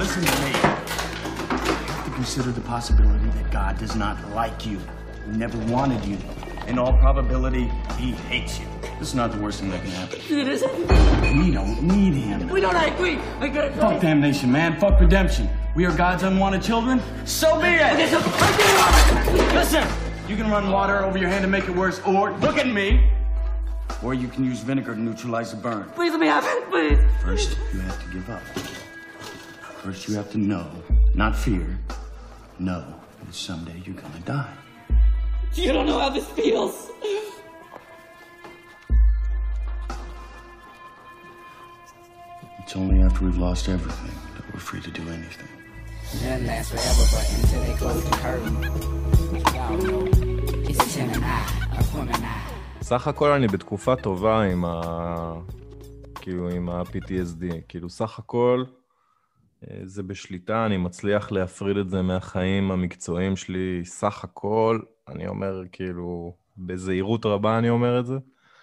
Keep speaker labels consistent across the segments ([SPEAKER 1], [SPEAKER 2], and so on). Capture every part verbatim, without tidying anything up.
[SPEAKER 1] listen to me. You have to consider the possibility that God does not like you. He never wanted you. In all probability, he hates you. This is not the worst thing that can happen.
[SPEAKER 2] It is.
[SPEAKER 1] We don't need him.
[SPEAKER 2] We don't, I agree. I agree.
[SPEAKER 1] Fuck damnation, man. Fuck redemption. We are God's unwanted children. So be it.
[SPEAKER 2] Okay, so,
[SPEAKER 1] Listen, you can run water over your hand to make it worse, or look at me. Or you can use vinegar to neutralize the burn.
[SPEAKER 2] Please let me have it, please.
[SPEAKER 1] First, you have to give up. First, you have to know, not fear, know that someday you're gonna die.
[SPEAKER 2] You don't know how this feels.
[SPEAKER 1] It's only after we've lost everything that we're free to do anything.
[SPEAKER 3] Nothing lasts forever, but until they close the curtain, y'all know, it's him and I, a woman I.
[SPEAKER 4] סך הכל אני בתקופה טובה עם ה... כאילו עם ה-פי טי אס די, כאילו סך הכל זה בשליטה, אני מצליח להפריד את זה מהחיים המקצועיים שלי, סך הכל, אני אומר כאילו, בזהירות רבה אני אומר את זה.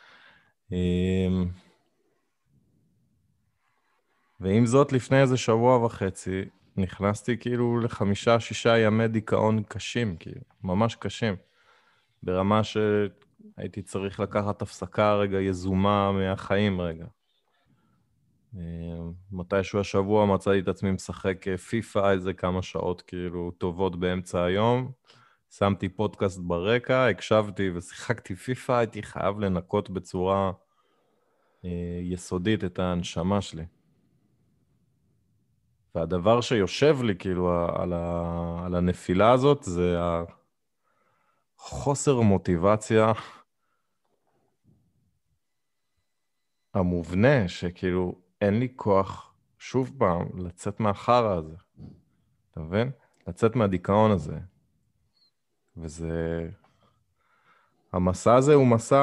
[SPEAKER 4] ועם זאת לפני איזה שבוע וחצי, נכנסתי כאילו לחמישה, שישה ימי דיכאון קשים, כאילו, ממש קשים, ברמה שהייתי צריך לקחת הפסקה רגע יזומה מהחיים רגע. מתישהו השבוע מצאתי את עצמי משחק פיפה איזה כמה שעות כאילו טובות באמצע היום, שמתי פודקאסט ברקע, הקשבתי ושיחקתי פיפה, הייתי חייב לנקות בצורה יסודית את ההנשמה שלי. והדבר שיושב לי כאילו על, ה, על הנפילה הזאת זה החוסר מוטיבציה המובנה שכאילו אין לי כוח שוב פעם לצאת מהחרא הזה. אתה מבין? לצאת מהדיכאון הזה. וזה... המסע הזה הוא מסע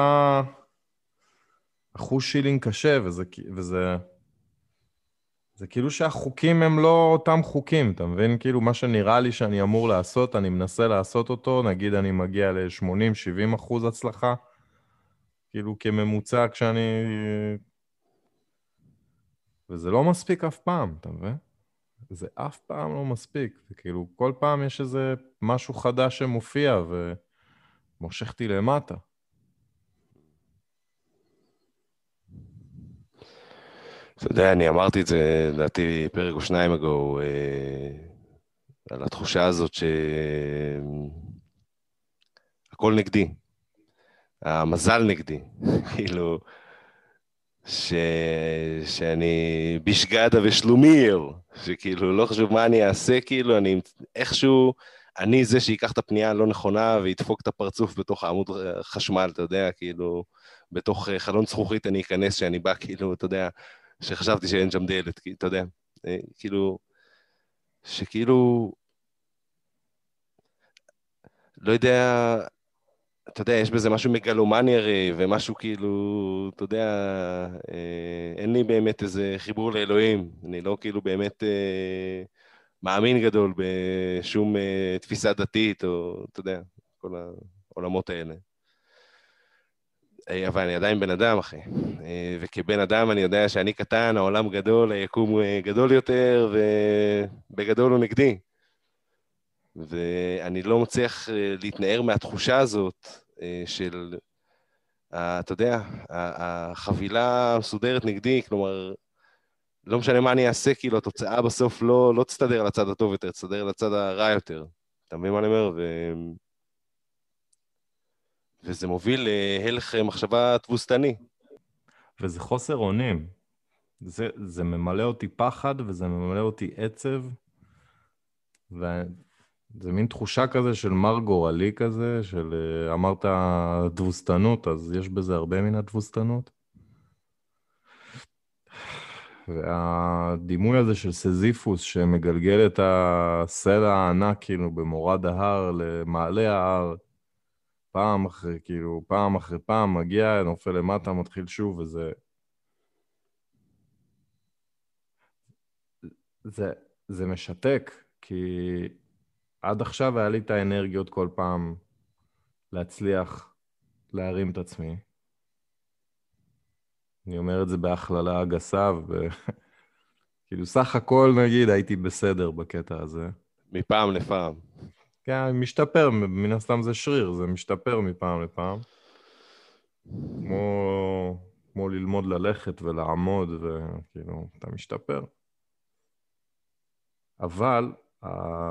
[SPEAKER 4] אחוז שילינג קשה, וזה... וזה... זה כאילו שהחוקים הם לא אותם חוקים, אתה מבין? כאילו מה שנראה לי שאני אמור לעשות, אני מנסה לעשות אותו, נגיד אני מגיע ל-שמונים שבעים אחוז הצלחה, כאילו כממוצע כשאני... וזה לא מספיק אף פעם, אתה מבין? זה אף פעם לא מספיק, וכאילו כל פעם יש איזה משהו חדש שמופיע ומושכתי למטה.
[SPEAKER 5] אתה יודע, אני אמרתי את זה, לדעתי, פרק או שניים אגו, אה, על התחושה הזאת שהכל נגדי. המזל נגדי. כאילו, ש... שאני בשגדה ושלומיר, שכאילו לא חשוב מה אני אעשה, כאילו, אני איכשהו, אני זה שיקח את הפנייה הלא נכונה וידפוק את הפרצוף בתוך העמוד חשמל, אתה יודע, כאילו, בתוך חלון זכוכית אני אכנס שאני בא, כאילו, אתה יודע, שחשבתי שאין שם דלת, אתה יודע, כאילו, שכאילו, לא יודע, אתה יודע, יש בזה משהו מגלומני הרי, ומשהו כאילו, אתה יודע, אין לי באמת איזה חיבור לאלוהים, אני לא כאילו באמת מאמין גדול בשום תפיסה דתית, או אתה יודע, כל העולמות האלה. אבל אני עדיין בן אדם, אחי. וכבן אדם אני יודע שאני קטן, העולם גדול, היקום גדול יותר, ובגדול הוא נגדי. ואני לא מצליח להתנער מהתחושה הזאת של, אתה יודע, החבילה המסודרת נגדי, כלומר, לא משנה מה אני אעשה, כאילו התוצאה בסוף לא, לא תסתדר לצד הטוב יותר, תסתדר לצד הרע יותר. אתה מבין מה אני אומר? ו... וזה מוביל להלך מחשבה תבוסתני.
[SPEAKER 4] וזה חוסר אונים. זה, זה ממלא אותי פחד, וזה ממלא אותי עצב, וזה מין תחושה כזה של מר גורלי כזה, של אמרת תבוסתנות, אז יש בזה הרבה מן התבוסתנות. והדימוי הזה של סזיפוס, שמגלגל את הסלע הענק, כאילו, במורד ההר למעלה ההר, פעם אחרי, כאילו, פעם אחרי פעם, מגיע, נופל למטה, מתחיל שוב, וזה... זה, זה משתק, כי עד עכשיו היה לי את האנרגיות כל פעם להצליח להרים את עצמי. אני אומר את זה בהכללה הגסה, ו... כאילו, סך הכל, נגיד, הייתי בסדר בקטע הזה.
[SPEAKER 5] מפעם לפעם.
[SPEAKER 4] כן, משתפר, מן הסתם זה שריר, זה משתפר מפעם לפעם. כמו, כמו ללמוד ללכת ולעמוד, וכאילו, אתה משתפר. אבל, uh,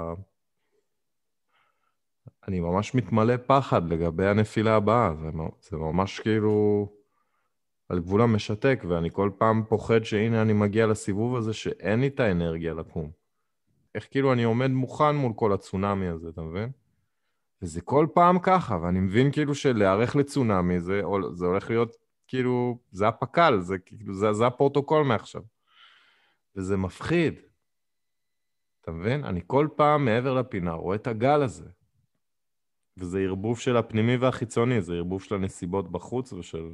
[SPEAKER 4] אני ממש מתמלא פחד לגבי הנפילה הבאה. זה, זה ממש כאילו על גבול המשתק, ואני כל פעם פוחד שהנה אני מגיע לסיבוב הזה שאין לי את האנרגיה לקום. איך כאילו אני עומד מוכן מול כל הצונאמי הזה, אתה מבין? וזה כל פעם ככה, ואני מבין כאילו שלהיערך לצונאמי, זה, זה הולך להיות כאילו, זה הפקל, זה, כאילו, זה, זה הפרוטוקול מעכשיו. וזה מפחיד. אתה מבין? אני כל פעם מעבר לפינה רואה את הגל הזה. וזה ערבוב של הפנימי והחיצוני, זה ערבוב של הנסיבות בחוץ ושל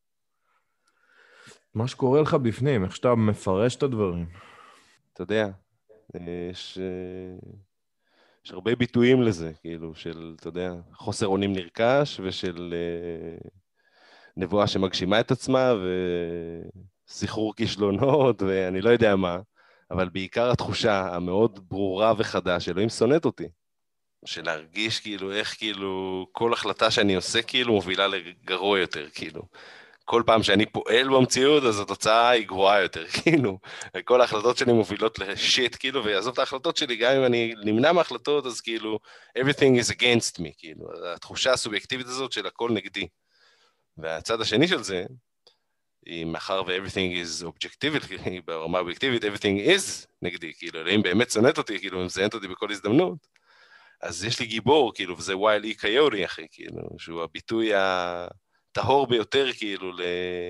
[SPEAKER 4] מה שקורה לך בפנים, איך שאתה מפרש את הדברים.
[SPEAKER 5] אתה יודע, יש, יש הרבה ביטויים לזה, כאילו, של, אתה יודע, חוסר אונים נרכש, ושל uh, נבואה שמגשימה את עצמה, וסחרור כישלונות, ואני לא יודע מה, אבל בעיקר התחושה המאוד ברורה וחדה שאלוהים שונאת אותי. של להרגיש כאילו איך כאילו כל החלטה שאני עושה כאילו מובילה לגרוע יותר, כאילו. כל פעם שאני פועל במציאות, אז התוצאה היא גרועה יותר, כאילו. כל ההחלטות שלי מובילות לשיט, כאילו, ויעזוב את ההחלטות שלי, גם אם אני נמנע מההחלטות, אז כאילו, everything is against me, כאילו. התחושה הסובייקטיבית הזאת של הכל נגדי. והצד השני של זה, היא מאחר ו-everything is objective, ברמה אובייקטיבית, everything is נגדי, כאילו, אלוהים באמת שונאת אותי, כאילו, מזיינת אותי בכל הזדמנות. אז יש לי גיבור, כאילו, וזה וייל אי קיוטי, אחי, כאילו, שהוא הביטוי הטהור ביותר, כאילו, ל...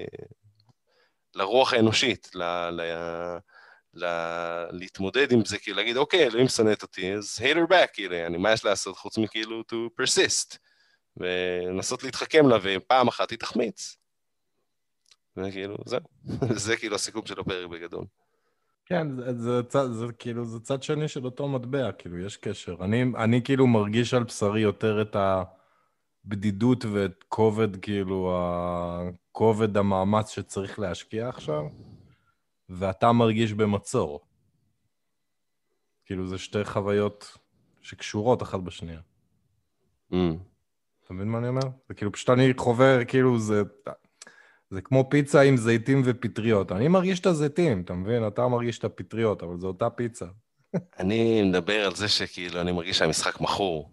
[SPEAKER 5] לרוח האנושית, ל... ל... ל... להתמודד עם זה, כאילו, להגיד, אוקיי, אלוהים שונאת אותי, אז hate her back, כאילו, אני, מה יש לעשות חוץ מכאילו to persist, ולנסות להתחכם לה, ופעם אחת היא תחמיץ. וכאילו, זהו. זה כאילו הסיכום של הפרק בגדול.
[SPEAKER 4] כן, זה, זה, זה, זה כאילו, זה צד שני של אותו מטבע, כאילו, יש קשר. אני, אני כאילו מרגיש על בשרי יותר את הבדידות ואת כובד, כאילו, הכובד המאמץ שצריך להשקיע עכשיו, ואתה מרגיש במצור. כאילו, זה שתי חוויות שקשורות אחת בשנייה.
[SPEAKER 5] Mm.
[SPEAKER 4] אתה מבין מה אני אומר? זה כאילו, פשוט אני חובר, כאילו, זה... זה כמו פיצה עם זיתים ופטריות. אני מרגיש את הזיתים, אתה מבין? אתה מרגיש את הפטריות, אבל זו אותה פיצה.
[SPEAKER 5] אני מדבר על זה שכאילו אני מרגיש שהמשחק מכור.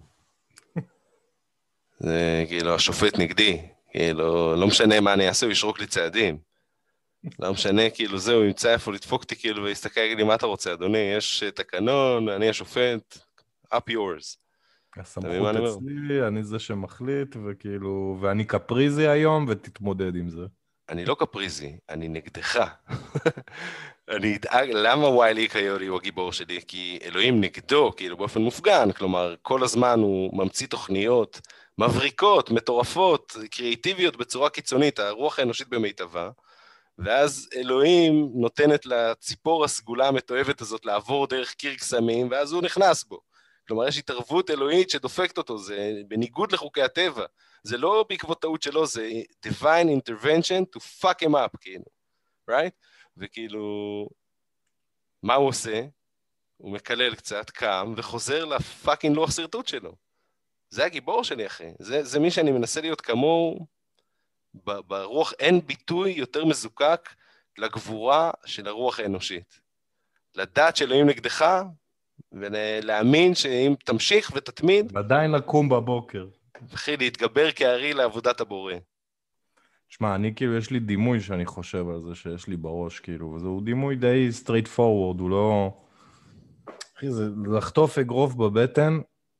[SPEAKER 5] זה כאילו השופט נגדי, כאילו לא משנה מה אני אעשה, הוא ישרוק לי צעדים. לא משנה, כאילו זהו, הוא ימצא איפה לדפוק אותי, כאילו, ויסתכל, יגיד לי, מה אתה רוצה, אדוני? יש תקנון, אני השופט, up yours.
[SPEAKER 4] הסמכות אצלי, אני זה שמחליט, וכאילו, ואני קפריזי היום, ותתמודד עם זה.
[SPEAKER 5] אני לא קפריזי, אני נגדך. אני אדאג, למה ויילי קיוטי הוא הגיבור שלי? כי אלוהים נגדו, כאילו באופן מופגן, כלומר, כל הזמן הוא ממציא תוכניות מבריקות, מטורפות, קריאיטיביות בצורה קיצונית, הרוח האנושית במיטבה, ואז אלוהים נותנת לציפור הסגולה המתועבת הזאת לעבור דרך קיר קסמים, ואז הוא נכנס בו. כלומר, יש התערבות אלוהית שדופקת אותו, זה בניגוד לחוקי הטבע. זה לא בעקבות טעות שלו, זה divine intervention to fuck him up, כאילו, right? וכאילו, מה הוא עושה? הוא מקלל קצת, קם, וחוזר לפאקינג לוח סרטוט שלו. זה הגיבור שלי, אחי. זה, זה מי שאני מנסה להיות כמוהו, ברוח אין ביטוי יותר מזוקק לגבורה של הרוח האנושית. לדעת שאלוהים נגדך, ולהאמין שאם תמשיך ותתמיד,
[SPEAKER 4] עדיין לקום בבוקר.
[SPEAKER 5] אחי, להתגבר כארי לעבודת הבורא.
[SPEAKER 4] תשמע, אני כאילו, יש לי דימוי שאני חושב על זה שיש לי בראש, כאילו, וזהו דימוי די straight forward, הוא לא... אחי, זה לחטוף אגרוף בבטן,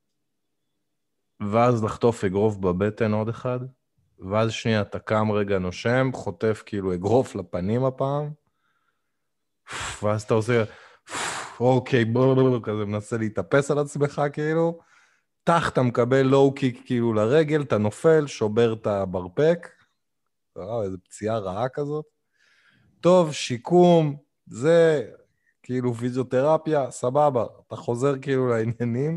[SPEAKER 4] ואז לחטוף אגרוף בבטן עוד אחד, ואז שנייה, אתה קם רגע נושם, חוטף כאילו אגרוף לפנים הפעם, ואז אתה עושה, אוקיי, בואו, כזה מנסה להתאפס על עצמך כאילו, תח, אתה מקבל לואו קיק כאילו לרגל, אתה נופל, שובר את הברפק, איזו פציעה רעה כזאת. טוב, שיקום, זה כאילו פיזיותרפיה, סבבה, אתה חוזר כאילו לעניינים.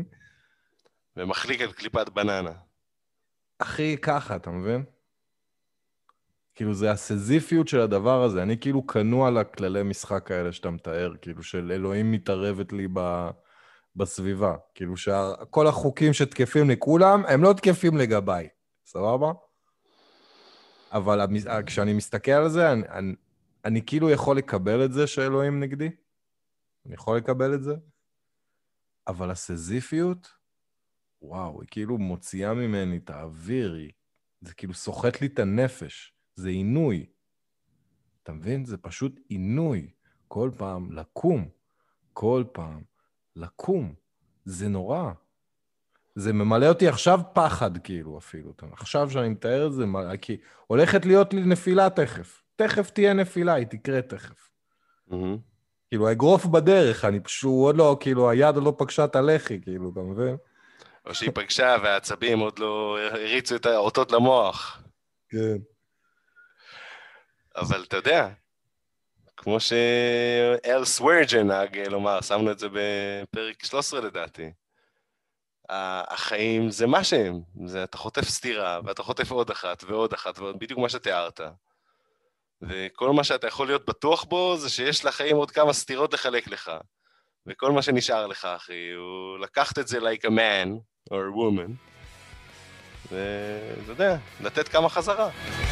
[SPEAKER 5] ומחליק על קליפת בננה.
[SPEAKER 4] הכי ככה, אתה מבין? כאילו זה הסזיפיות של הדבר הזה, אני כאילו קנוע לכללי משחק האלה שאתה מתאר, כאילו של אלוהים מתערבת לי ב... בסביבה, כאילו שכל החוקים שתקפים לכולם, הם לא תקפים לגביי, סבבה? אבל כשאני מסתכל על זה, אני, אני, אני כאילו יכול לקבל את זה שאלוהים נגדי, אני יכול לקבל את זה, אבל הסזיפיות, וואו, היא כאילו מוציאה ממני את האוויר, היא, זה כאילו סוחט לי את הנפש, זה עינוי. אתה מבין? זה פשוט עינוי. כל פעם לקום, כל פעם לקום. זה נורא. זה ממלא אותי עכשיו פחד, כאילו, אפילו. עכשיו שאני מתאר את זה, כי הולכת להיות לי נפילה תכף. תכף תהיה נפילה, היא תקרה תכף.
[SPEAKER 5] Mm-hmm.
[SPEAKER 4] כאילו, האגרוף בדרך, אני פשוט עוד לא, כאילו, היד עוד לא פגשה את הלחי, כאילו, אתה מבין?
[SPEAKER 5] או שהיא פגשה והעצבים עוד לא הריצו את האותות למוח.
[SPEAKER 4] כן.
[SPEAKER 5] אבל אתה יודע, כמו שאל סווירג'ן נהג לומר, שמנו את זה בפרק שלוש עשרה לדעתי, החיים זה מה שהם, זה אתה חוטף סתירה, ואתה חוטף עוד אחת ועוד אחת, ועוד בדיוק מה שתיארת. וכל מה שאתה יכול להיות בטוח בו, זה שיש לחיים עוד כמה סתירות לחלק לך. וכל מה שנשאר לך, אחי, הוא לקחת את זה like a man or a woman, ואתה יודע, לתת כמה חזרה.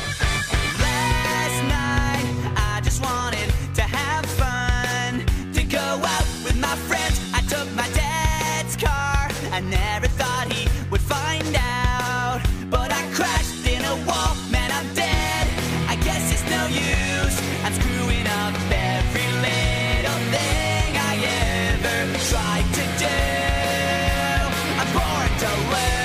[SPEAKER 6] Last night, I just wanted to have fun, to go out with my friends. I took my dad's car, I never thought he would find out, but I crashed in a wall, man, I'm dead. I guess it's no use, I'm screwing up every little thing I ever tried to do. I'm born to lose.